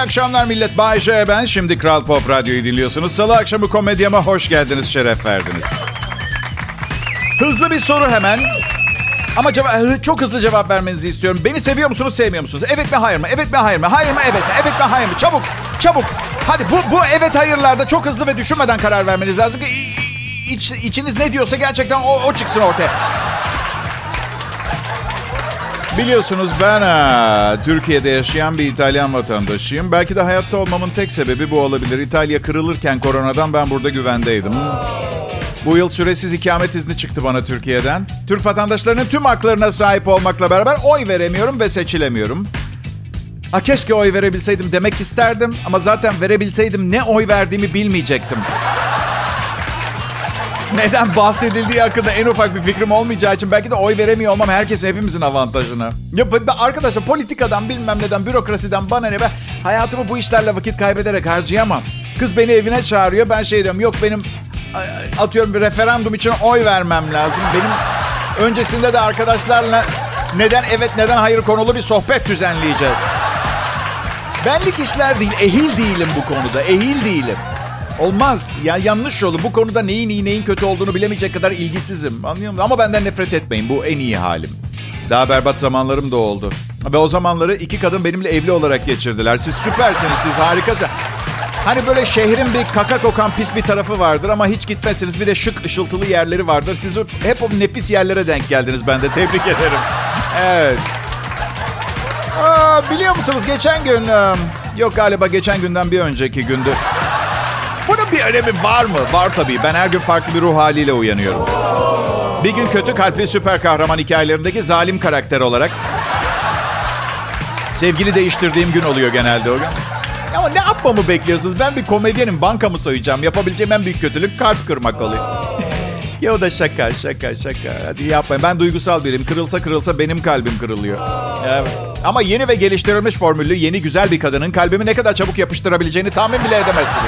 akşamlar millet. Bay J ben. Şimdi Kral Pop Radyo'yu dinliyorsunuz. Salı akşamı komedyama hoş geldiniz, şeref verdiniz. Hızlı bir soru hemen. Ama çok hızlı cevap vermenizi istiyorum. Beni seviyor musunuz, sevmiyor musunuz? Evet mi, hayır mı? Evet mi, hayır mı? Hayır mı, evet mi? Evet mi, hayır mı? Çabuk, çabuk. Hadi bu evet hayırlarda çok hızlı ve düşünmeden karar vermeniz lazım ki içiniz ne diyorsa gerçekten o çıksın ortaya. Biliyorsunuz ben Türkiye'de yaşayan bir İtalyan vatandaşıyım. Belki de hayatta olmamın tek sebebi bu olabilir. İtalya kırılırken koronadan ben burada güvendeydim. Bu yıl süresiz ikamet izni çıktı bana Türkiye'den. Türk vatandaşlarının tüm haklarına sahip olmakla beraber oy veremiyorum ve seçilemiyorum. Keşke oy verebilseydim demek isterdim ama zaten verebilseydim ne oy verdiğimi bilmeyecektim. Neden bahsedildiği hakkında en ufak bir fikrim olmayacağı için belki de oy veremiyor olmam hepimizin avantajına. Ya arkadaşlar, politikadan bilmem neden, bürokrasiden bana ne, ben hayatımı bu işlerle vakit kaybederek harcayamam. Kız beni evine çağırıyor, ben diyorum, yok benim atıyorum bir referandum için oy vermem lazım. Benim öncesinde de arkadaşlarla neden evet neden hayır konulu bir sohbet düzenleyeceğiz. Benlik işler değil, ehil değilim bu konuda, ehil değilim. Olmaz. Ya yanlış yolu. Bu konuda neyin iyi neyin kötü olduğunu bilemeyecek kadar ilgisizim. Anlıyor musun? Ama benden nefret etmeyin. Bu en iyi halim. Daha berbat zamanlarım da oldu. Ve o zamanları 2 kadın benimle evli olarak geçirdiler. Siz süpersiniz, siz harikasınız. Hani böyle şehrin bir kaka kokan pis bir tarafı vardır ama hiç gitmezsiniz. Bir de şık ışıltılı yerleri vardır. Siz hep o nefis yerlere denk geldiniz. Ben de tebrik ederim. Evet. Biliyor musunuz geçen gün... Yok galiba geçen günden bir önceki gündü. Bunun bir önemi var mı? Var tabii. Ben her gün farklı bir ruh haliyle uyanıyorum. Bir gün kötü kalpli süper kahraman hikayelerindeki zalim karakter olarak. Sevgili değiştirdiğim gün oluyor genelde o gün. Ama ne yapmamı bekliyorsunuz? Ben bir komedyenim, bankamı soyacağım. Yapabileceğim en büyük kötülük kalp kırmak oluyor. Ya o da şaka. Hadi yapmayın. Ben duygusal biriyim. Kırılsa benim kalbim kırılıyor. Evet. Ama yeni ve geliştirilmiş formüllü yeni güzel bir kadının kalbimi ne kadar çabuk yapıştırabileceğini tahmin bile edemezsiniz.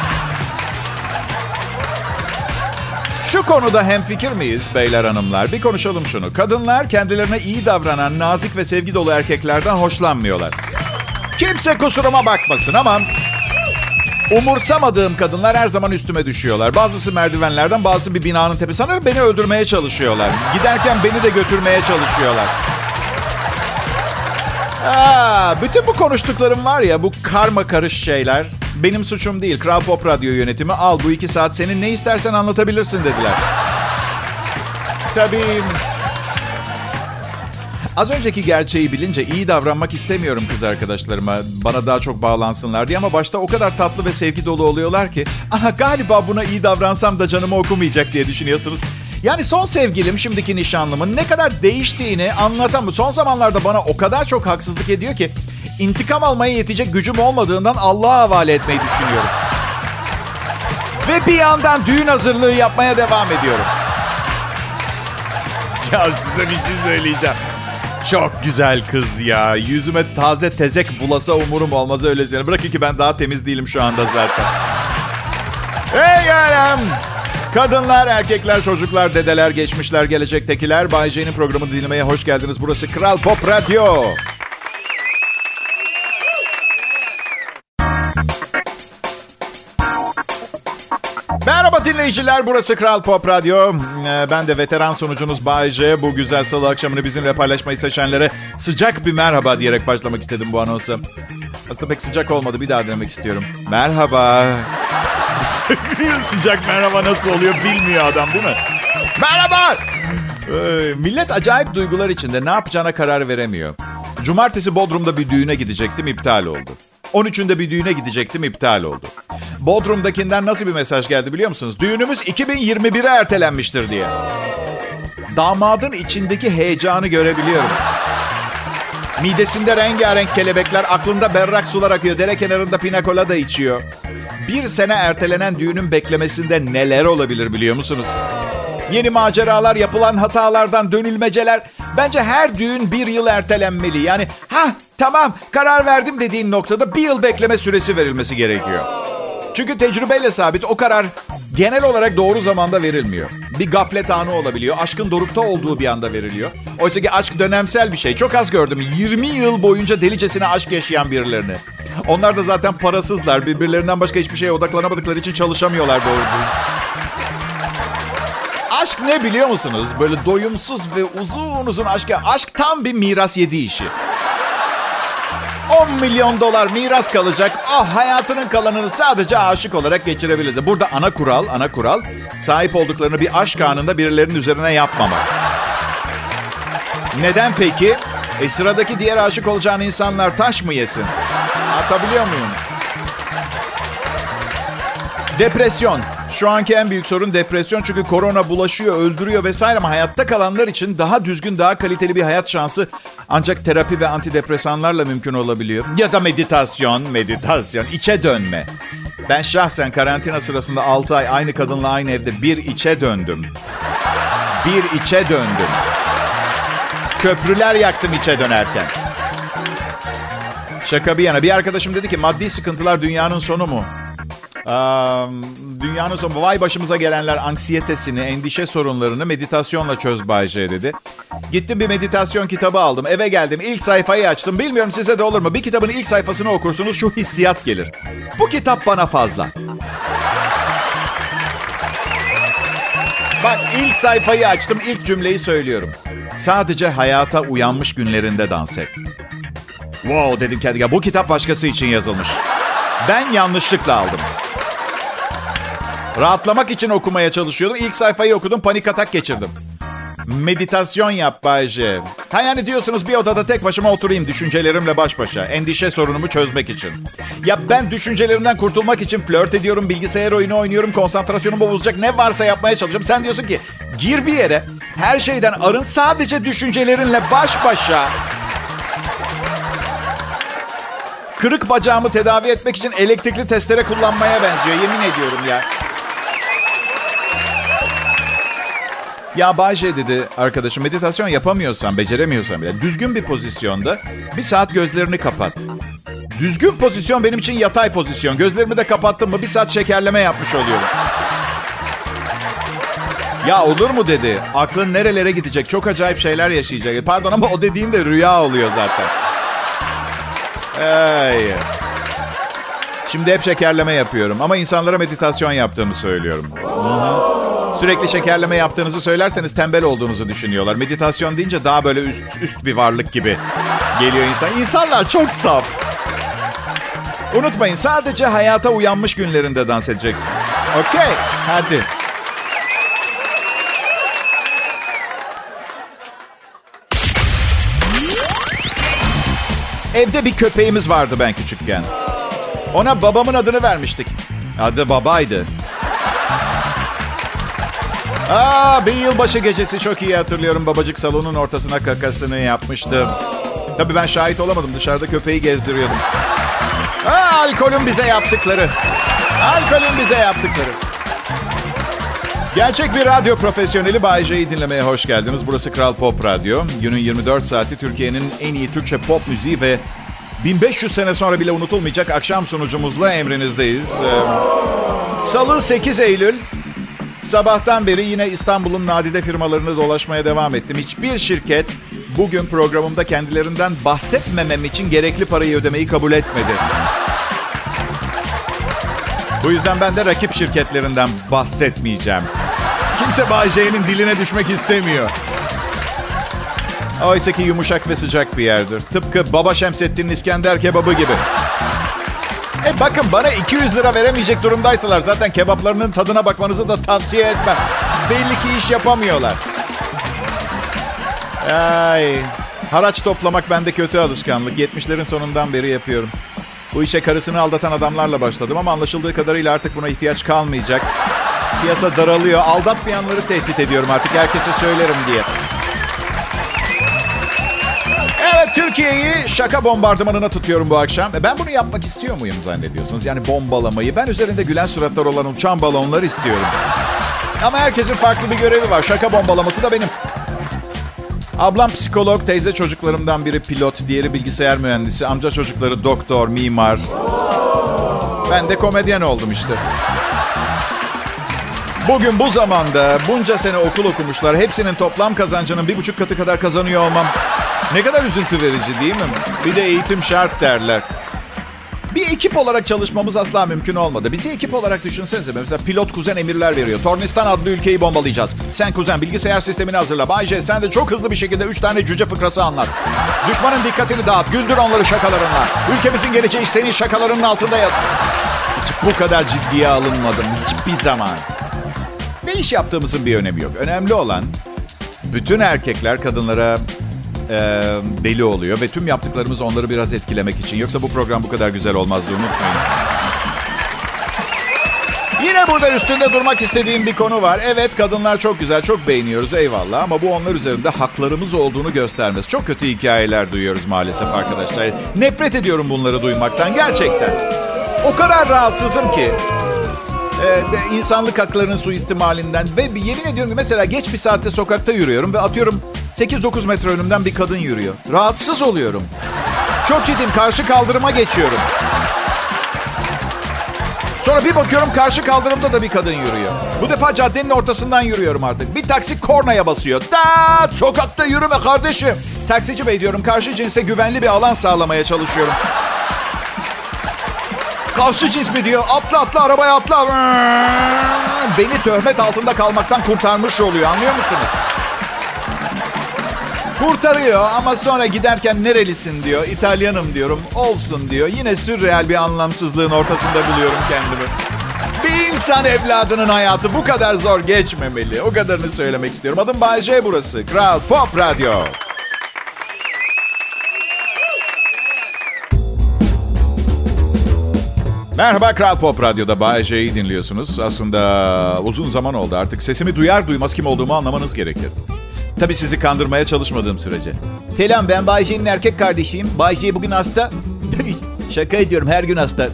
Şu konuda hemfikir miyiz beyler hanımlar? Bir konuşalım şunu. Kadınlar kendilerine iyi davranan, nazik ve sevgi dolu erkeklerden hoşlanmıyorlar. Kimse kusuruma bakmasın ama umursamadığım kadınlar her zaman üstüme düşüyorlar. Bazısı merdivenlerden, bazısı bir binanın tepesi. Sanırım beni öldürmeye çalışıyorlar. Giderken beni de götürmeye çalışıyorlar. Bütün bu konuştuklarım var ya, bu karma karış şeyler benim suçum değil. Kral Pop Radyo yönetimi al bu 2 saat senin ne istersen anlatabilirsin dediler. Tabii. Az önceki gerçeği bilince iyi davranmak istemiyorum kız arkadaşlarıma. Bana daha çok bağlansınlar diye ama başta o kadar tatlı ve sevgi dolu oluyorlar ki galiba buna iyi davransam da canımı okumayacak diye düşünüyorsunuz. Yani son sevgilim, şimdiki nişanlımın ne kadar değiştiğini anlatamam. Son zamanlarda bana o kadar çok haksızlık ediyor ki intikam almaya yetecek gücüm olmadığından Allah'a havale etmeyi düşünüyorum. Ve bir yandan düğün hazırlığı yapmaya devam ediyorum. Ya size bir şey söyleyeceğim. Çok güzel kız ya. Yüzüme taze tezek bulasa umurum olmaz öyle söyleyeyim. Bırakın ki ben daha temiz değilim şu anda zaten. Hey alem. Kadınlar, erkekler, çocuklar, dedeler, geçmişler, gelecektekiler. Bay J'nin programını dinlemeye hoş geldiniz. Burası Kral Pop Radyo. Merhaba dinleyiciler, burası Kral Pop Radyo. Ben de veteran sunucunuz Bay J. Bu güzel salı akşamını bizimle paylaşmayı seçenlere sıcak bir merhaba diyerek başlamak istedim bu anonsa. Aslında pek sıcak olmadı, bir daha denemek istiyorum. Merhaba. Sıcak merhaba nasıl oluyor bilmiyor adam değil mi? Merhaba. Millet acayip duygular içinde, ne yapacağına karar veremiyor. Cumartesi Bodrum'da bir düğüne gidecektim, iptal oldu. 13'ünde bir düğüne gidecektim, iptal oldu. Bodrum'dakinden nasıl bir mesaj geldi biliyor musunuz? Düğünümüz 2021'e ertelenmiştir diye. Damadın içindeki heyecanı görebiliyorum. Midesinde rengarenk kelebekler, aklında berrak sular akıyor. Dere kenarında pina colada içiyor. 1 sene ertelenen düğünün beklemesinde neler olabilir biliyor musunuz? Yeni maceralar, yapılan hatalardan dönülmeceler. Bence her düğün 1 yıl ertelenmeli. Yani tamam karar verdim dediğin noktada 1 yıl bekleme süresi verilmesi gerekiyor. Çünkü tecrübeyle sabit o karar genel olarak doğru zamanda verilmiyor. Bir gaflet anı olabiliyor. Aşkın dorukta olduğu bir anda veriliyor. Oysa ki aşk dönemsel bir şey. Çok az gördüm 20 yıl boyunca delicesine aşk yaşayan birilerini. Onlar da zaten parasızlar. Birbirlerinden başka hiçbir şeye odaklanamadıkları için çalışamıyorlar doğru düzgün. Aşk ne biliyor musunuz? Böyle doyumsuz ve uzun uzun aşk. Aşk tam bir miras yediği işi. 10 milyon dolar miras kalacak. Oh, hayatının kalanını sadece aşık olarak geçirebiliriz. Burada ana kural sahip olduklarını bir aşk anında birilerinin üzerine yapmamak. Neden peki? Sıradaki diğer aşık olacağın insanlar taş mı yesin? Anlatabiliyor muyum? Depresyon. Şu anki en büyük sorun depresyon. Çünkü korona bulaşıyor, öldürüyor vesaire. Ama hayatta kalanlar için daha düzgün, daha kaliteli bir hayat şansı ancak terapi ve antidepresanlarla mümkün olabiliyor. Ya da meditasyon, içe dönme. Ben şahsen karantina sırasında 6 ay aynı kadınla aynı evde bir içe döndüm. Köprüler yaktım içe dönerken. Şaka bir yana. Bir arkadaşım dedi ki maddi sıkıntılar dünyanın sonu mu? Dünyanın sonu. Vay başımıza gelenler anksiyetesini, endişe sorunlarını meditasyonla çöz Bay J dedi. Gittim bir meditasyon kitabı aldım. Eve geldim. İlk sayfayı açtım. Bilmiyorum size de olur mu? Bir kitabın ilk sayfasını okursunuz şu hissiyat gelir. Bu kitap bana fazla. Bak ilk sayfayı açtım. İlk cümleyi söylüyorum. Sadece hayata uyanmış günlerinde dans et. Wow dedim kendime. Bu kitap başkası için yazılmış. Ben yanlışlıkla aldım. Rahatlamak için okumaya çalışıyordum. İlk sayfayı okudum, panik atak geçirdim. Meditasyon yap Bay J. Ha yani diyorsunuz bir odada tek başıma oturayım düşüncelerimle baş başa. Endişe sorunumu çözmek için. Ya ben düşüncelerimden kurtulmak için flört ediyorum, bilgisayar oyunu oynuyorum, konsantrasyonumu bozacak ne varsa yapmaya çalışıyorum. Sen diyorsun ki gir bir yere, her şeyden arın, sadece düşüncelerinle baş başa. Kırık bacağımı tedavi etmek için elektrikli testere kullanmaya benziyor. Yemin ediyorum ya. Ya Bay J dedi arkadaşım, meditasyon yapamıyorsan, beceremiyorsan bile düzgün bir pozisyonda bir saat gözlerini kapat. Düzgün pozisyon benim için yatay pozisyon. Gözlerimi de kapattım mı bir saat şekerleme yapmış oluyorum. Ya olur mu dedi. Aklın nerelere gidecek? Çok acayip şeyler yaşayacak. Pardon ama o dediğin de rüya oluyor zaten. Hey. Şimdi hep şekerleme yapıyorum ama insanlara meditasyon yaptığımı söylüyorum. Hı-hı. Sürekli şekerleme yaptığınızı söylerseniz tembel olduğunuzu düşünüyorlar. Meditasyon deyince daha böyle üst bir varlık gibi geliyor insan. İnsanlar çok saf. Unutmayın, sadece hayata uyanmış günlerinde dans edeceksin. Okey, hadi. Evde bir köpeğimiz vardı ben küçükken. Ona babamın adını vermiştik. Adı babaydı. Bir yılbaşı gecesi çok iyi hatırlıyorum. Babacık salonun ortasına kakasını yapmıştı. Tabii ben şahit olamadım. Dışarıda köpeği gezdiriyordum. Alkolün bize yaptıkları. Gerçek bir radyo profesyoneli Bay J'yi dinlemeye hoş geldiniz. Burası Kral Pop Radyo. Günün 24 saati Türkiye'nin en iyi Türkçe pop müziği ve 1500 sene sonra bile unutulmayacak akşam sunucumuzla emrinizdeyiz. Salı 8 Eylül. Sabahtan beri yine İstanbul'un nadide firmalarını dolaşmaya devam ettim. Hiçbir şirket bugün programımda kendilerinden bahsetmemem için gerekli parayı ödemeyi kabul etmedi. Bu yüzden ben de rakip şirketlerinden bahsetmeyeceğim. Kimse Bay J'nin diline düşmek istemiyor. Oysa ki yumuşak ve sıcak bir yerdir. Tıpkı Baba Şemsettin'in İskender kebabı gibi. Bakın bana 200 lira veremeyecek durumdaysalar zaten kebaplarının tadına bakmanızı da tavsiye etmem. Belli ki iş yapamıyorlar. Haraç toplamak bende kötü alışkanlık. 70'lerin sonundan beri yapıyorum. Bu işe karısını aldatan adamlarla başladım ama anlaşıldığı kadarıyla artık buna ihtiyaç kalmayacak. Piyasa daralıyor. Aldatmayanları tehdit ediyorum artık, herkese söylerim diye. Evet, Türkiye'yi şaka bombardımanına tutuyorum bu akşam. Ben bunu yapmak istiyor muyum zannediyorsunuz? Yani bombalamayı. Ben üzerinde gülen suratlar olan uçan balonlar istiyorum. Ama herkesin farklı bir görevi var. Şaka bombalaması da benim. Ablam psikolog, teyze çocuklarımdan biri pilot, diğeri bilgisayar mühendisi, amca çocukları doktor, mimar. Ben de komedyen oldum işte. Bugün bu zamanda bunca sene okul okumuşlar. Hepsinin toplam kazancının 1,5 katı kadar kazanıyor olmam ne kadar üzüntü verici değil mi? Bir de eğitim şart derler. Bir ekip olarak çalışmamız asla mümkün olmadı. Bizi ekip olarak düşünsenize. Mesela pilot kuzen emirler veriyor. Tornistan adlı ülkeyi bombalayacağız. Sen kuzen bilgisayar sistemini hazırla. Bay J sen de çok hızlı bir şekilde 3 tane cüce fıkrası anlat. Düşmanın dikkatini dağıt. Güldür onları şakalarınla. Ülkemizin geleceği senin şakalarının altında yat. Hiç bu kadar ciddiye alınmadım. Hiçbir zaman. Ne iş yaptığımızın bir önemi yok. Önemli olan bütün erkekler kadınlara deli oluyor ve tüm yaptıklarımız onları biraz etkilemek için. Yoksa bu program bu kadar güzel olmazdı, unutmayın. Yine burada üstünde durmak istediğim bir konu var. Evet, kadınlar çok güzel, çok beğeniyoruz, eyvallah. Ama bu onlar üzerinde haklarımız olduğunu göstermez. Çok kötü hikayeler duyuyoruz maalesef arkadaşlar. Nefret ediyorum bunları duymaktan, gerçekten. O kadar rahatsızım ki. İnsanlık haklarının suistimalinden. Ve yemin ediyorum ki mesela geç bir saatte sokakta yürüyorum ve atıyorum 8-9 metre önümden bir kadın yürüyor. Rahatsız oluyorum. Çok ciddiyim, karşı kaldırıma geçiyorum. Sonra bir bakıyorum karşı kaldırımda da bir kadın yürüyor. Bu defa caddenin ortasından yürüyorum artık. Bir taksi kornaya basıyor. Daat! Sokakta yürüme kardeşim. Taksici bey diyorum, karşı cinse güvenli bir alan sağlamaya çalışıyorum. Karşı cins mi diyor. Atla atla arabaya atla. Beni töhmet altında kalmaktan kurtarmış oluyor, anlıyor musunuz? Kurtarıyor ama sonra giderken nerelisin diyor. İtalyanım diyorum. Olsun diyor. Yine sürreal bir anlamsızlığın ortasında buluyorum kendimi. Bir insan evladının hayatı bu kadar zor geçmemeli. O kadarını söylemek istiyorum. Adım Bay J burası. Kral Pop Radyo. Merhaba, Kral Pop Radyo'da Bay J'yi dinliyorsunuz. Aslında uzun zaman oldu. Artık sesimi duyar duymaz kim olduğumu anlamanız gerekir. Tabii sizi kandırmaya çalışmadığım sürece. Selam, ben Bay J'nin erkek kardeşiyim. Bay J bugün hasta. Şaka ediyorum, her gün hasta.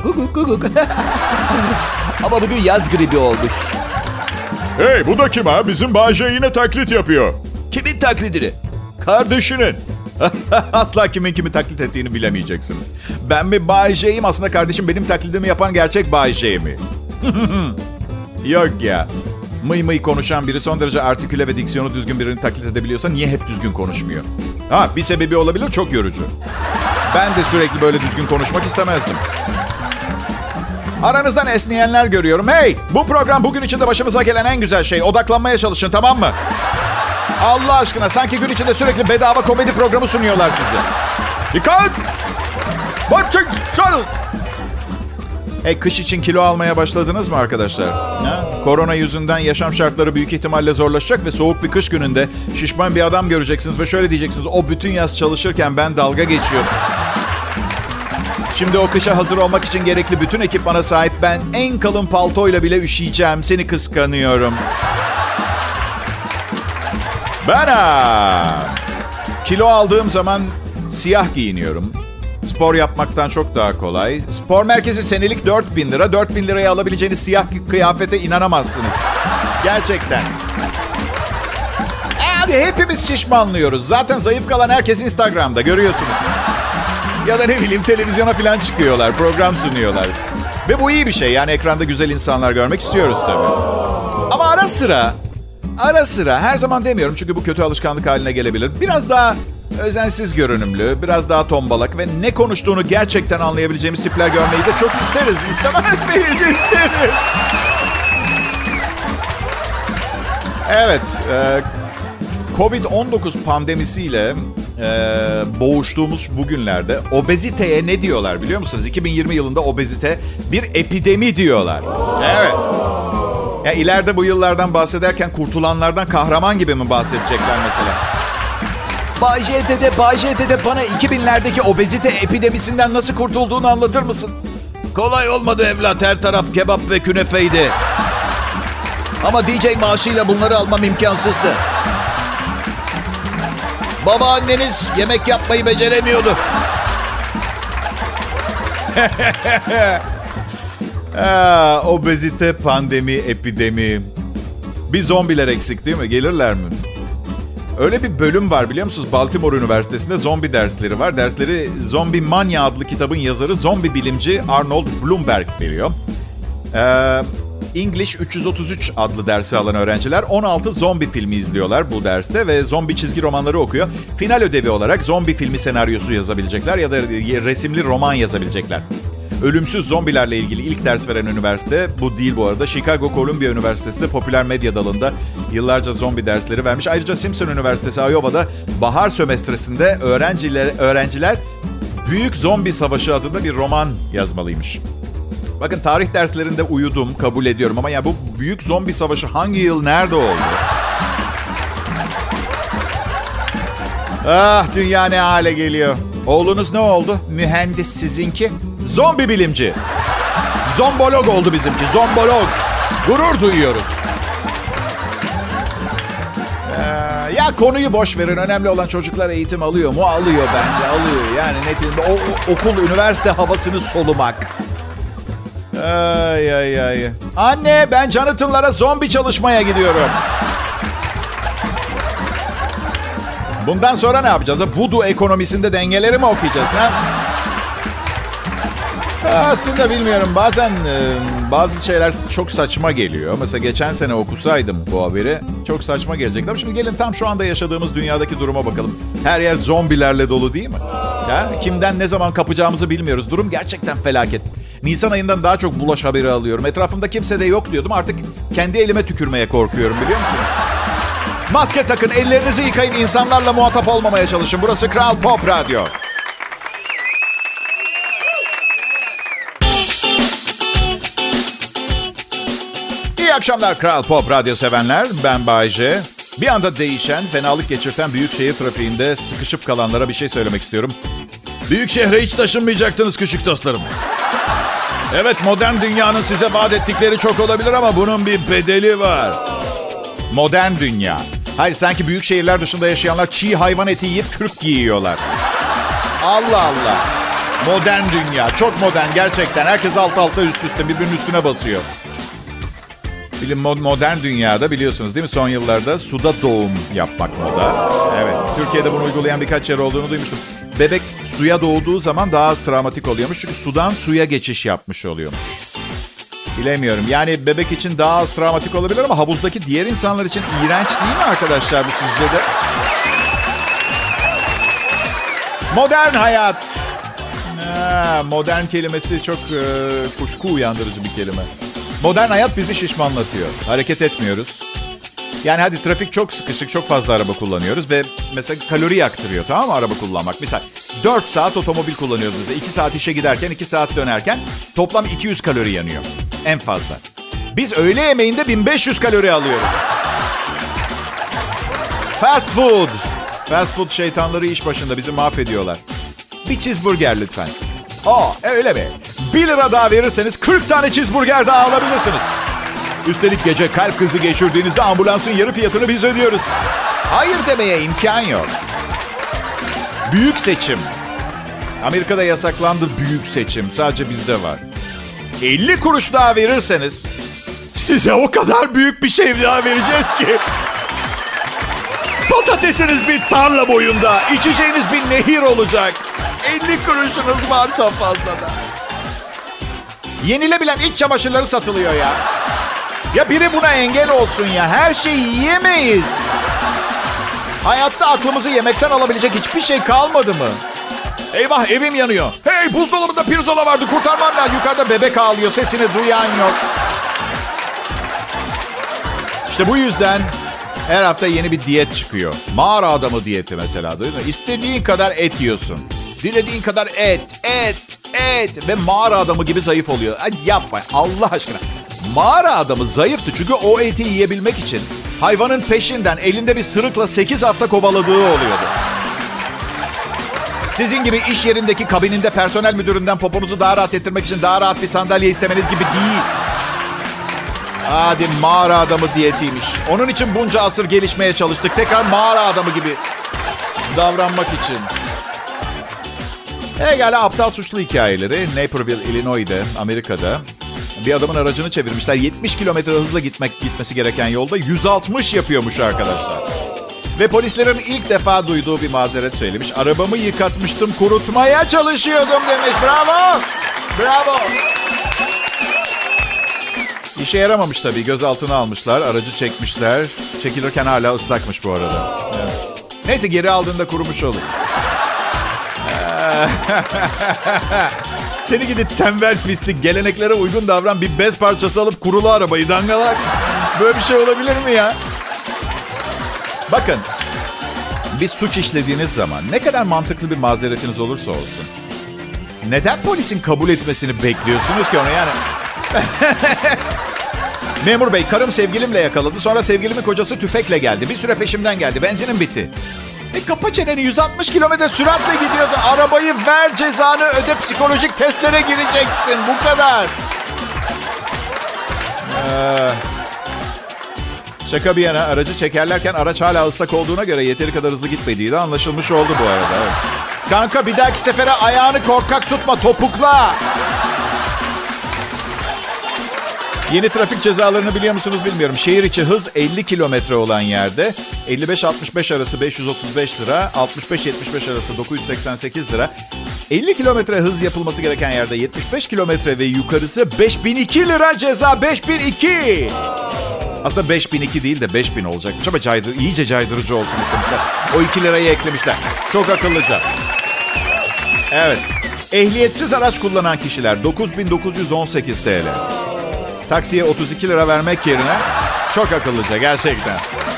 Ama bugün yaz gribi olmuş. Hey, bu da kim ha? Bizim Bay J yine taklit yapıyor. Kimin taklidini? Kardeşinin. Asla kimin kimi taklit ettiğini bilemeyeceksiniz. Ben mi Bay J'yim, aslında kardeşim benim taklidimi yapan gerçek Bay J mi? Yok ya. Mıy mıy konuşan biri, son derece artiküle ve diksiyonu düzgün birini taklit edebiliyorsa niye hep düzgün konuşmuyor? Ha, bir sebebi olabilir, çok yorucu. Ben de sürekli böyle düzgün konuşmak istemezdim. Aranızdan esneyenler görüyorum. Hey, bu program bugün içinde başımıza gelen en güzel şey. Odaklanmaya çalışın, tamam mı? Allah aşkına, sanki gün içinde sürekli bedava komedi programı sunuyorlar size. Dikkat! Watching channel! Hey, kış için kilo almaya başladınız mı arkadaşlar? Ha? Korona yüzünden yaşam şartları büyük ihtimalle zorlaşacak ve soğuk bir kış gününde şişman bir adam göreceksiniz ve şöyle diyeceksiniz: o bütün yaz çalışırken ben dalga geçiyorum. Şimdi o kışa hazır olmak için gerekli bütün ekipmana sahip ben en kalın paltoyla bile üşüyeceğim. Seni kıskanıyorum. Ben kilo aldığım zaman siyah giyiniyorum. Spor yapmaktan çok daha kolay. Spor merkezi senelik 4.000 lira. 4.000 liraya alabileceğiniz siyah kıyafete inanamazsınız. Gerçekten. Hadi hepimiz şişmanlıyoruz. Zaten zayıf kalan herkes Instagram'da, görüyorsunuz. Ya da ne bileyim, televizyona falan çıkıyorlar. Program sunuyorlar. Ve bu iyi bir şey. Yani ekranda güzel insanlar görmek istiyoruz tabii. Ama ara sıra, her zaman demiyorum çünkü bu kötü alışkanlık haline gelebilir. Biraz daha özensiz görünümlü, biraz daha tombalak ve ne konuştuğunu gerçekten anlayabileceğimiz tipler görmeyi de çok isteriz. İstemez miyiz? İsteriz. Evet, Covid-19 pandemisiyle boğuştuğumuz bu günlerde obeziteye ne diyorlar biliyor musunuz? 2020 yılında obezite bir epidemi diyorlar. Evet. Ya ileride bu yıllardan bahsederken kurtulanlardan kahraman gibi mi bahsedecekler mesela? Bay J dede bana 2000'lerdeki obezite epidemisinden nasıl kurtulduğunu anlatır mısın? Kolay olmadı evlat, her taraf kebap ve künefeydi. Ama DJ maaşıyla bunları almam imkansızdı. Babaanneniz yemek yapmayı beceremiyordu. Obezite, pandemi, epidemi. Bir zombiler eksik değil mi? Gelirler mi? Öyle bir bölüm var biliyor musunuz? Baltimore Üniversitesi'nde zombi dersleri var. Dersleri Zombie Mania adlı kitabın yazarı, zombi bilimci Arnold Bloomberg veriyor. English 333 adlı dersi alan öğrenciler 16 zombi filmi izliyorlar bu derste ve zombi çizgi romanları okuyor. Final ödevi olarak zombi filmi senaryosu yazabilecekler ya da resimli roman yazabilecekler. Ölümsüz zombilerle ilgili ilk ders veren üniversite bu değil bu arada. Chicago Columbia Üniversitesi popüler medya dalında yıllarca zombi dersleri vermiş. Ayrıca Simpson Üniversitesi Iowa'da bahar sömestresinde öğrenciler Büyük Zombi Savaşı adında bir roman yazmalıymış. Bakın tarih derslerinde uyudum, kabul ediyorum ama ya bu Büyük Zombi Savaşı hangi yıl, nerede oldu? Ah, dünya ne hale geliyor. Oğlunuz ne oldu? Mühendis, sizinki? Zombi bilimci. Zombolog oldu bizimki, zombolog. Gurur duyuyoruz. Ya konuyu boş verin. Önemli olan çocuklar eğitim alıyor mu? Alıyor bence, alıyor. Yani neticede okul, üniversite havasını solumak. Ay ay ay. Anne, ben Jonathan'lara zombi çalışmaya gidiyorum. Bundan sonra ne yapacağız? Voodoo ekonomisinde dengeleri mi okuyacağız? Ha? Aslında bilmiyorum. Bazen bazı şeyler çok saçma geliyor. Mesela geçen sene okusaydım bu haberi çok saçma gelecekti. Ama şimdi gelin tam şu anda yaşadığımız dünyadaki duruma bakalım. Her yer zombilerle dolu değil mi? Ya, kimden ne zaman kapacağımızı bilmiyoruz. Durum gerçekten felaket. Nisan ayından daha çok bulaş haberi alıyorum. Etrafımda kimse de yok diyordum. Artık kendi elime tükürmeye korkuyorum, biliyor musunuz? Maske takın, ellerinizi yıkayın, insanlarla muhatap olmamaya çalışın. Burası Kral Pop Radyo. İyi akşamlar Kral Pop Radyo sevenler. Ben Bay J. Bir anda değişen, fenalık geçirten büyük şehir trafiğinde sıkışıp kalanlara bir şey söylemek istiyorum. Büyük şehre hiç taşınmayacaktınız küçük dostlarım. Evet, modern dünyanın size vaat ettikleri çok olabilir ama bunun bir bedeli var. Modern dünya. Hayır, sanki büyük şehirler dışında yaşayanlar çiğ hayvan eti yiyip kürk giyiyorlar. Allah Allah. Modern dünya. Çok modern gerçekten. Herkes alt alta üst üste birbirinin üstüne basıyor. Modern dünyada biliyorsunuz değil mi? Son yıllarda suda doğum yapmak moda. Evet. Türkiye'de bunu uygulayan birkaç yer olduğunu duymuştum. Bebek suya doğduğu zaman daha az travmatik oluyormuş. Çünkü sudan suya geçiş yapmış oluyormuş. Bilemiyorum. Yani bebek için daha az travmatik olabilir ama havuzdaki diğer insanlar için iğrenç değil mi arkadaşlar bu sizce de? Modern hayat. Modern kelimesi çok kuşku uyandırıcı bir kelime. Modern hayat bizi şişmanlatıyor. Hareket etmiyoruz. Yani hadi trafik çok sıkışık, çok fazla araba kullanıyoruz ve mesela kalori yaktırıyor, tamam mı araba kullanmak? Mesela 4 saat otomobil kullanıyoruz mesela. 2 saat işe giderken, 2 saat dönerken toplam 200 kalori yanıyor. En fazla. Biz öğle yemeğinde 1500 kalori alıyoruz. Fast food. Fast food şeytanları iş başında, bizi mahvediyorlar. Bir cheeseburger lütfen. Öyle mi? 1 lira daha verirseniz 40 tane cheeseburger daha alabilirsiniz. Üstelik gece kalp krizi geçirdiğinizde ambulansın yarı fiyatını biz ödüyoruz. Hayır demeye imkan yok. Büyük seçim. Amerika'da yasaklandı büyük seçim. Sadece bizde var. 50 kuruş daha verirseniz size o kadar büyük bir şey daha vereceğiz ki. Patatesiniz bir tarla boyunda. İçeceğiniz bir nehir olacak. 50 kuruşunuz varsa fazladan. Yenilebilen iç çamaşırları satılıyor ya. Ya biri buna engel olsun ya. Her şeyi yiyemeyiz. Hayatta aklımızı yemekten alabilecek hiçbir şey kalmadı mı? Eyvah, evim yanıyor. Hey, buzdolabında pirzola vardı, kurtarmam lazım. Yukarıda bebek ağlıyor, sesini duyan yok. İşte bu yüzden her hafta yeni bir diyet çıkıyor. Mağara adamı diyeti mesela, değil mi? İstediğin kadar et yiyorsun. Dilediğin kadar et ve mağara adamı gibi zayıf oluyor. Hadi yapma Allah aşkına. Mağara adamı zayıftı çünkü o eti yiyebilmek için hayvanın peşinden elinde bir sırıkla 8 hafta kovaladığı oluyordu. Sizin gibi iş yerindeki kabininde personel müdüründen poponuzu daha rahat ettirmek için daha rahat bir sandalye istemeniz gibi değil. Hadi mağara adamı diyetiymiş. Onun için bunca asır gelişmeye çalıştık. Tekrar mağara adamı gibi davranmak için. Egala aptal suçlu hikayeleri. Naperville, Illinois'de, Amerika'da bir adamın aracını çevirmişler. 70 kilometre hızla gitmesi gereken yolda 160 yapıyormuş arkadaşlar. Ve polislerin ilk defa duyduğu bir mazeret söylemiş. Arabamı yıkatmıştım, kurutmaya çalışıyordum demiş. Bravo! Bravo! İşe yaramamış tabii. Gözaltına almışlar, aracı çekmişler. Çekilirken hala ıslakmış bu arada. Evet. Neyse, geri aldığında kurumuş olur. Seni gidip tembel pislik, geleneklere uygun davran, bir bez parçası alıp kurulu arabayı dangalak. Böyle bir şey olabilir mi ya? Bakın, bir suç işlediğiniz zaman ne kadar mantıklı bir mazeretiniz olursa olsun, neden polisin kabul etmesini bekliyorsunuz ki onu yani? Memur bey, karım sevgilimle yakaladı. Sonra sevgilimin kocası tüfekle geldi. Bir süre peşimden geldi. Benzinim bitti. Kapa çeneni, 160 kilometre süratle gidiyordu. Arabayı ver, cezanı öde, psikolojik testlere gireceksin. Bu kadar. Şaka bir yana, aracı çekerlerken araç hala ıslak olduğuna göre yeteri kadar hızlı gitmediği de anlaşılmış oldu bu arada. Evet. Kanka, bir dahaki sefere ayağını korkak tutma, topukla. Yeni trafik cezalarını biliyor musunuz bilmiyorum. Şehir içi hız 50 kilometre olan yerde 55-65 arası 535 lira, 65-75 arası 988 lira. 50 kilometre hız yapılması gereken yerde 75 kilometre ve yukarısı 5002 lira ceza, 5002. Aslında 5002 değil de 5000 olacakmış ama iyice caydırıcı olsun istemişler. O 2 lirayı eklemişler. Çok akıllıca. Evet. Ehliyetsiz araç kullanan kişiler 9918 TL. Taksiye 32 lira vermek yerine çok akıllıca gerçekten.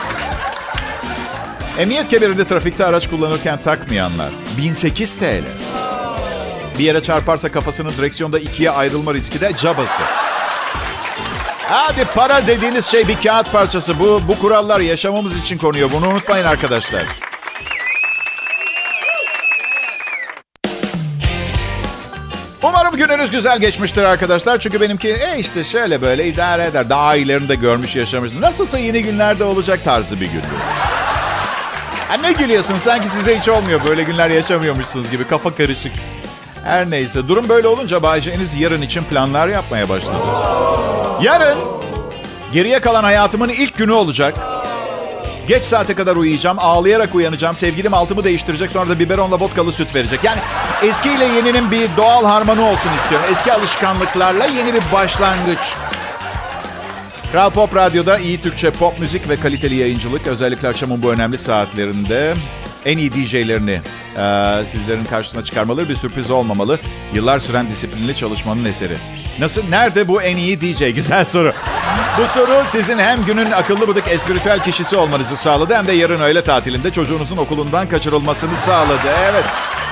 Emniyet kemerini trafikte araç kullanırken takmayanlar 1008 TL. Bir yere çarparsa kafasının direksiyonda ikiye ayrılma riski de cabası. Hadi, para dediğiniz şey bir kağıt parçası. Bu kurallar yaşamamız için konuyor. Bunu unutmayın arkadaşlar. Umarım gününüz güzel geçmiştir arkadaşlar. Çünkü benimki işte şöyle böyle idare eder. Daha iyilerini de görmüş, yaşamış. Nasılsa yeni günlerde olacak tarzı bir gündü. Ne gülüyorsun? Sanki size hiç olmuyor. Böyle günler yaşamıyormuşsunuz gibi. Kafa karışık. Her neyse. Durum böyle olunca Bay J'niz yarın için planlar yapmaya başladı. Yarın geriye kalan hayatımın ilk günü olacak. Geç saate kadar uyuyacağım. Ağlayarak uyanacağım. Sevgilim altımı değiştirecek. Sonra da biberonla vodkalı süt verecek. Yani eski ile yeninin bir doğal harmanı olsun istiyorum. Eski alışkanlıklarla yeni bir başlangıç. Kral Pop Radyo'da iyi Türkçe pop müzik ve kaliteli yayıncılık. Özellikle akşamın bu önemli saatlerinde en iyi DJ'lerini sizlerin karşısına çıkarmaları bir sürpriz olmamalı. Yıllar süren disiplinli çalışmanın eseri. Nasıl? Nerede bu en iyi DJ? Güzel soru. Bu soru sizin hem günün akıllı bıdık espritüel kişisi olmanızı sağladı, hem de yarın öğle tatilinde çocuğunuzun okulundan kaçırılmasını sağladı. Evet.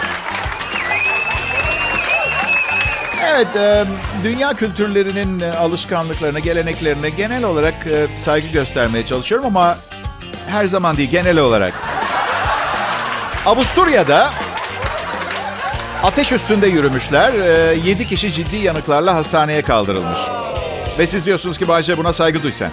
Evet, dünya kültürlerinin alışkanlıklarına, geleneklerine genel olarak saygı göstermeye çalışıyorum ama her zaman değil, genel olarak. Avusturya'da ateş üstünde yürümüşler. 7 kişi ciddi yanıklarla hastaneye kaldırılmış. Ve siz diyorsunuz ki Bay J, buna saygı duy sen.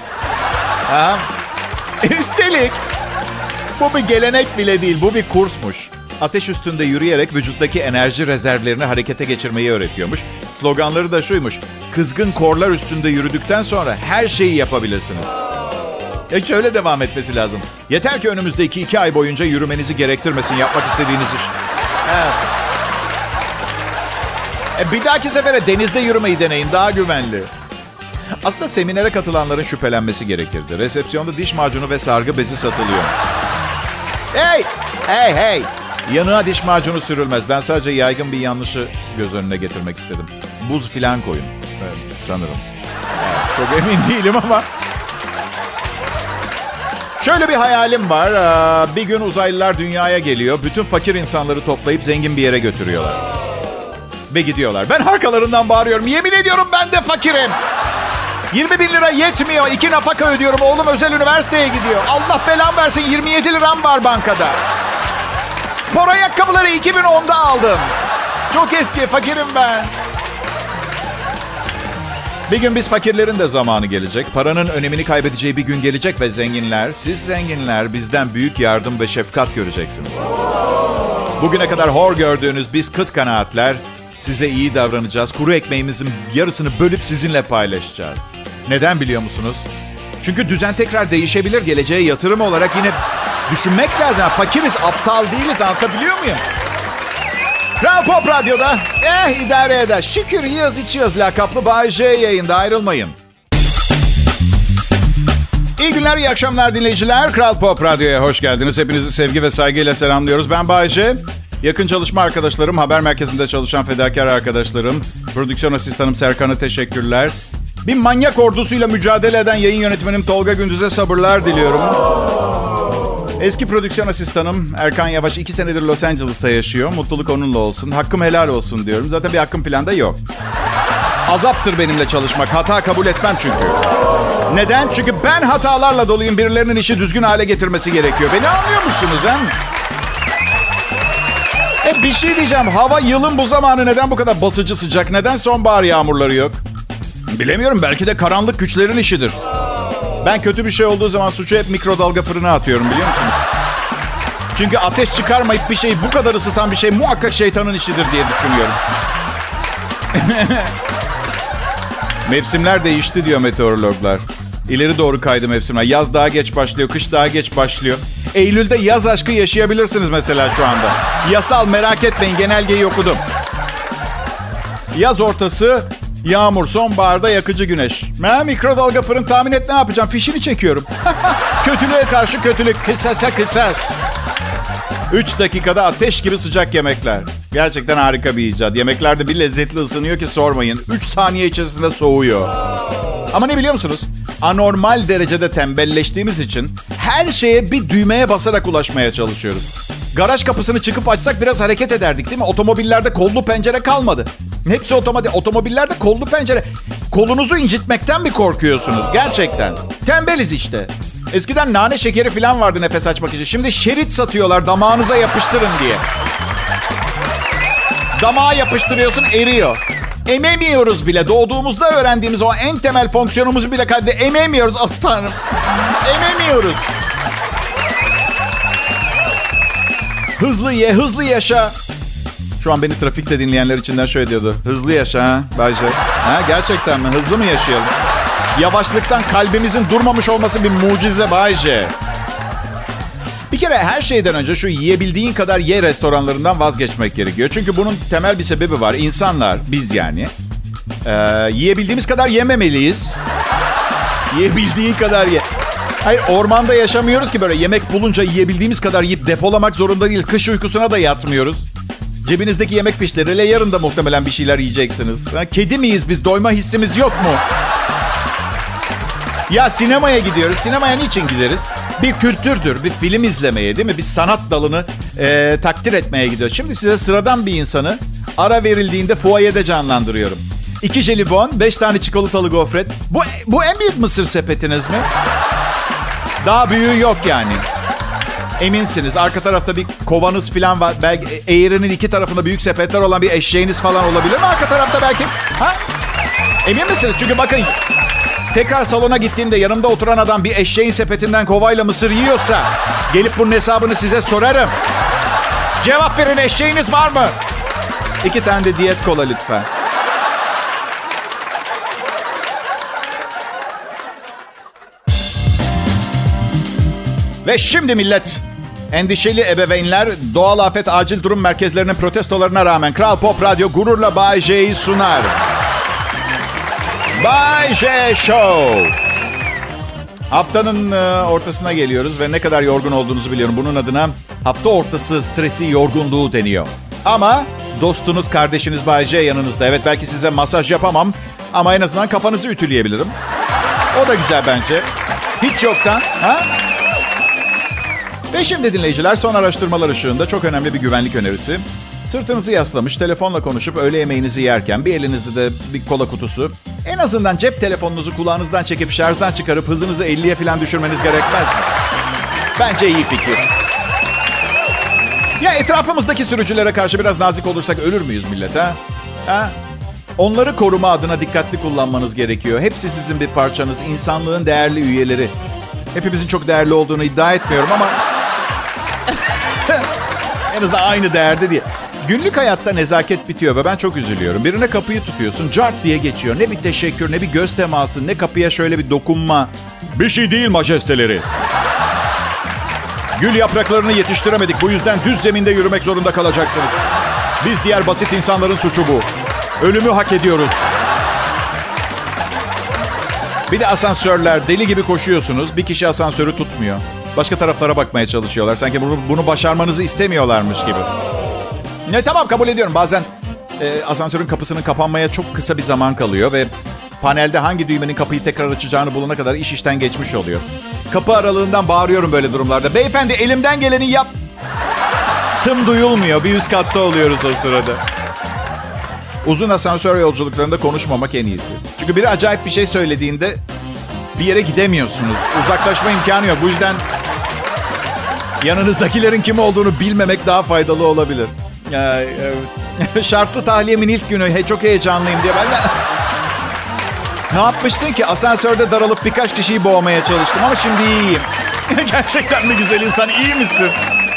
Üstelik bu bir gelenek bile değil, bu bir kursmuş. Ateş üstünde yürüyerek vücuttaki enerji rezervlerini harekete geçirmeyi öğretiyormuş. Sloganları da şuymuş: kızgın korlar üstünde yürüdükten sonra her şeyi yapabilirsiniz. Hiç öyle devam etmesi lazım. Yeter ki önümüzdeki 2 ay boyunca yürümenizi gerektirmesin yapmak istediğiniz iş. Evet. Bir dahaki sefere denizde yürümeyi deneyin, daha güvenli. Aslında seminere katılanların şüphelenmesi gerekirdi. Resepsiyonda diş macunu ve sargı bezi satılıyor. Hey! Yanığa diş macunu sürülmez. Ben sadece yaygın bir yanlışı göz önüne getirmek istedim. Buz filan koyun. Sanırım. Çok emin değilim ama. Şöyle bir hayalim var. Bir gün uzaylılar dünyaya geliyor. Bütün fakir insanları toplayıp zengin bir yere götürüyorlar. Ve gidiyorlar. Ben arkalarından bağırıyorum. Yemin ediyorum ben de fakirim. 20 bin lira yetmiyor. 2 nafaka ödüyorum. Oğlum özel üniversiteye gidiyor. Allah belamı versin, 27 liram var bankada. Spor ayakkabıları 2010'da aldım. Çok eski, fakirim ben. Bir gün biz fakirlerin de zamanı gelecek. Paranın önemini kaybedeceği bir gün gelecek ve zenginler, siz zenginler bizden büyük yardım ve şefkat göreceksiniz. Bugüne kadar hor gördüğünüz biz kıt kanaatler size iyi davranacağız. Kuru ekmeğimizin yarısını bölüp sizinle paylaşacağız. Neden biliyor musunuz? Çünkü düzen tekrar değişebilir. Geleceğe yatırım olarak yine düşünmek lazım. Yani fakiriz, aptal değiliz. Anlatabiliyor muyum? Kral Pop Radyo'da idare eder. Şükür yiyoruz içiyoruz lakaplı Bay J yayında, ayrılmayın. İyi günler, iyi akşamlar dinleyiciler. Kral Pop Radyo'ya hoş geldiniz. Hepinizi sevgi ve saygıyla selamlıyoruz. Ben Bay J. Yakın çalışma arkadaşlarım, haber merkezinde çalışan fedakar arkadaşlarım, prodüksiyon asistanım Serkan'a teşekkürler. Bir manyak ordusuyla mücadele eden yayın yönetmenim Tolga Gündüz'e sabırlar diliyorum. Eski prodüksiyon asistanım Erkan Yavaş 2 senedir Los Angeles'ta yaşıyor. Mutluluk onunla olsun. Hakkım helal olsun diyorum. Zaten bir hakkım falan da yok. Azaptır benimle çalışmak. Hata kabul etmem çünkü. Neden? Çünkü ben hatalarla doluyum. Birilerinin işi düzgün hale getirmesi gerekiyor. Beni anlıyor musunuz he? Bir şey diyeceğim. Hava yılın bu zamanı neden bu kadar basıcı sıcak? Neden sonbahar yağmurları yok? Bilemiyorum. Belki de karanlık güçlerin işidir. Ben kötü bir şey olduğu zaman suçu hep mikrodalga fırına atıyorum, biliyor musunuz? Çünkü ateş çıkarmayıp bir şeyi bu kadar ısıtan bir şey muhakkak şeytanın işidir diye düşünüyorum. Mevsimler değişti diyor meteorologlar. İleri doğru kaydı mevsimler. Yaz daha geç başlıyor, kış daha geç başlıyor. Eylül'de yaz aşkı yaşayabilirsiniz mesela şu anda. Yasal, merak etmeyin, genelgeyi okudum. Yaz ortası yağmur, sonbaharda yakıcı güneş. Mikrodalga fırın, tahmin et ne yapacağım? Fişini çekiyorum. Kötülüğe karşı kötülük. Kısasa kısas. 3 dakikada ateş gibi sıcak yemekler. Gerçekten harika bir icat. Yemekler de bir lezzetli ısınıyor ki sormayın. 3 saniye içerisinde soğuyor. Ama ne biliyor musunuz? Anormal derecede tembelleştiğimiz için her şeye bir düğmeye basarak ulaşmaya çalışıyoruz. Garaj kapısını çıkıp açsak biraz hareket ederdik, değil mi? Otomobillerde kollu pencere kalmadı. Hepsi otomatik. Otomobillerde kollu pencere. Kolunuzu incitmekten mi korkuyorsunuz? Gerçekten. Tembeliz işte. Eskiden nane şekeri falan vardı nefes açmak için. Şimdi şerit satıyorlar damağınıza yapıştırın diye. Damağa yapıştırıyorsun, eriyor. Ememiyoruz bile. Doğduğumuzda öğrendiğimiz o en temel fonksiyonumuzu bile ememiyoruz. Oh Tanrım. Ememiyoruz. Hızlı ye, hızlı yaşa. Şu an beni trafikte dinleyenler içinden şöyle diyordu. Hızlı yaşa ha Bayce. Ha, gerçekten mi? Hızlı mı yaşayalım? Yavaşlıktan kalbimizin durmamış olması bir mucize Bayce. Bir kere her şeyden önce şu yiyebildiğin kadar ye restoranlarından vazgeçmek gerekiyor. Çünkü bunun temel bir sebebi var. İnsanlar, biz yani, yiyebildiğimiz kadar yememeliyiz. Yiyebildiğin kadar ye. Hayır, ormanda yaşamıyoruz ki böyle yemek bulunca yiyebildiğimiz kadar yiyip depolamak zorunda değil. Kış uykusuna da yatmıyoruz. Cebinizdeki yemek fişleriyle yarın da muhtemelen bir şeyler yiyeceksiniz. Kedi miyiz biz? Doyma hissimiz yok mu? Ya sinemaya gidiyoruz. Sinemaya niçin gideriz? Bir kültürdür. Bir film izlemeye, değil mi? Bir sanat dalını takdir etmeye gidiyoruz. Şimdi size sıradan bir insanı ara verildiğinde fuayede canlandırıyorum. 2 jelibon, 5 tane çikolatalı gofret. Bu en büyük mısır sepetiniz mi? Daha büyüğü yok yani. Eminsiniz. Arka tarafta bir kovanız falan var. Belki eğrinin 2 tarafında büyük sepetler olan bir eşeğiniz falan olabilir mi? Arka tarafta belki. Ha? Emin misiniz? Çünkü bakın, tekrar salona gittiğimde yanımda oturan adam bir eşeğin sepetinden kovayla mısır yiyorsa gelip bunun hesabını size sorarım. Cevap verin, eşeğiniz var mı? 2 tane de diyet kola lütfen. Ve şimdi millet, endişeli ebeveynler doğal afet acil durum merkezlerinin protestolarına rağmen Kral Pop Radyo gururla Bay J'yi sunar. Bay J Show. Haftanın ortasına geliyoruz ve ne kadar yorgun olduğunuzu biliyorum. Bunun adına hafta ortası stresi, yorgunluğu deniyor. Ama dostunuz, kardeşiniz Bay J yanınızda. Evet, belki size masaj yapamam ama en azından kafanızı ütüleyebilirim. O da güzel bence. Hiç yoktan. Ha? Ve şimdi dinleyiciler, son araştırmalar ışığında çok önemli bir güvenlik önerisi. Sırtınızı yaslamış, telefonla konuşup öğle yemeğinizi yerken bir elinizde de bir kola kutusu. En azından cep telefonunuzu kulağınızdan çekip şarjdan çıkarıp hızınızı 50'ye falan düşürmeniz gerekmez mi? Bence iyi fikir. Ya etrafımızdaki sürücülere karşı biraz nazik olursak ölür müyüz millet ha? Ha? Onları koruma adına dikkatli kullanmanız gerekiyor. Hepsi sizin bir parçanız, insanlığın değerli üyeleri. Hepimizin çok değerli olduğunu iddia etmiyorum ama en azından aynı değerde diye. Günlük hayatta nezaket bitiyor ve ben çok üzülüyorum. Birine kapıyı tutuyorsun, cart diye geçiyor. Ne bir teşekkür, ne bir göz teması, ne kapıya şöyle bir dokunma. Bir şey değil majesteleri. Gül yapraklarını yetiştiremedik. Bu yüzden düz zeminde yürümek zorunda kalacaksınız. Biz diğer basit insanların suçu bu. Ölümü hak ediyoruz. Bir de asansörler, deli gibi koşuyorsunuz. Bir kişi asansörü tutmuyor. Başka taraflara bakmaya çalışıyorlar. Sanki bunu başarmanızı istemiyorlarmış gibi. Ne tamam kabul ediyorum. Bazen asansörün kapısının kapanmaya çok kısa bir zaman kalıyor ve panelde hangi düğmenin kapıyı tekrar açacağını bulana kadar iş işten geçmiş oluyor. Kapı aralığından bağırıyorum böyle durumlarda. Beyefendi elimden geleni yap. Tım duyulmuyor. Bir üst katta oluyoruz o sırada. Uzun asansör yolculuklarında konuşmamak en iyisi. Çünkü biri acayip bir şey söylediğinde bir yere gidemiyorsunuz. Uzaklaşma imkanı yok. Bu yüzden yanınızdakilerin kim olduğunu bilmemek daha faydalı olabilir. Şartlı tahliyemin ilk günü çok heyecanlıyım diye ben de... Ne yapmıştın ki? Asansörde daralıp birkaç kişiyi boğmaya çalıştım ama şimdi iyiyim. Gerçekten mi güzel insan? İyi misin?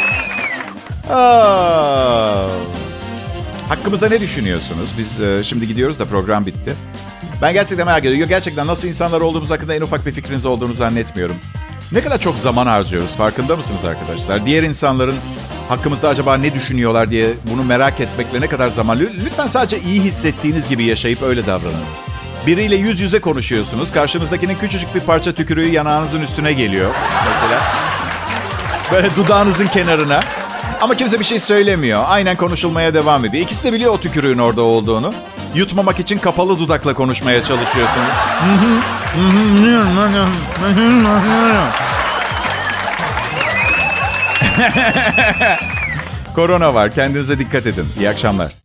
Hakkımızda ne düşünüyorsunuz? Biz şimdi gidiyoruz da program bitti. Ben gerçekten merak ediyorum. Gerçekten nasıl insanlar olduğumuz hakkında en ufak bir fikriniz olduğunu zannetmiyorum. Ne kadar çok zaman harcıyoruz farkında mısınız arkadaşlar? Diğer insanların hakkımızda acaba ne düşünüyorlar diye bunu merak etmekle ne kadar zaman... Lütfen sadece iyi hissettiğiniz gibi yaşayıp öyle davranın. Biriyle yüz yüze konuşuyorsunuz. Karşınızdakinin küçücük bir parça tükürüğü yanağınızın üstüne geliyor mesela. Böyle dudağınızın kenarına. Ama kimse bir şey söylemiyor. Aynen konuşulmaya devam ediyor. İkisi de biliyor o tükürüğün orada olduğunu. Yutmamak için kapalı dudakla konuşmaya çalışıyorsunuz. Korona var. Kendinize dikkat edin. İyi akşamlar.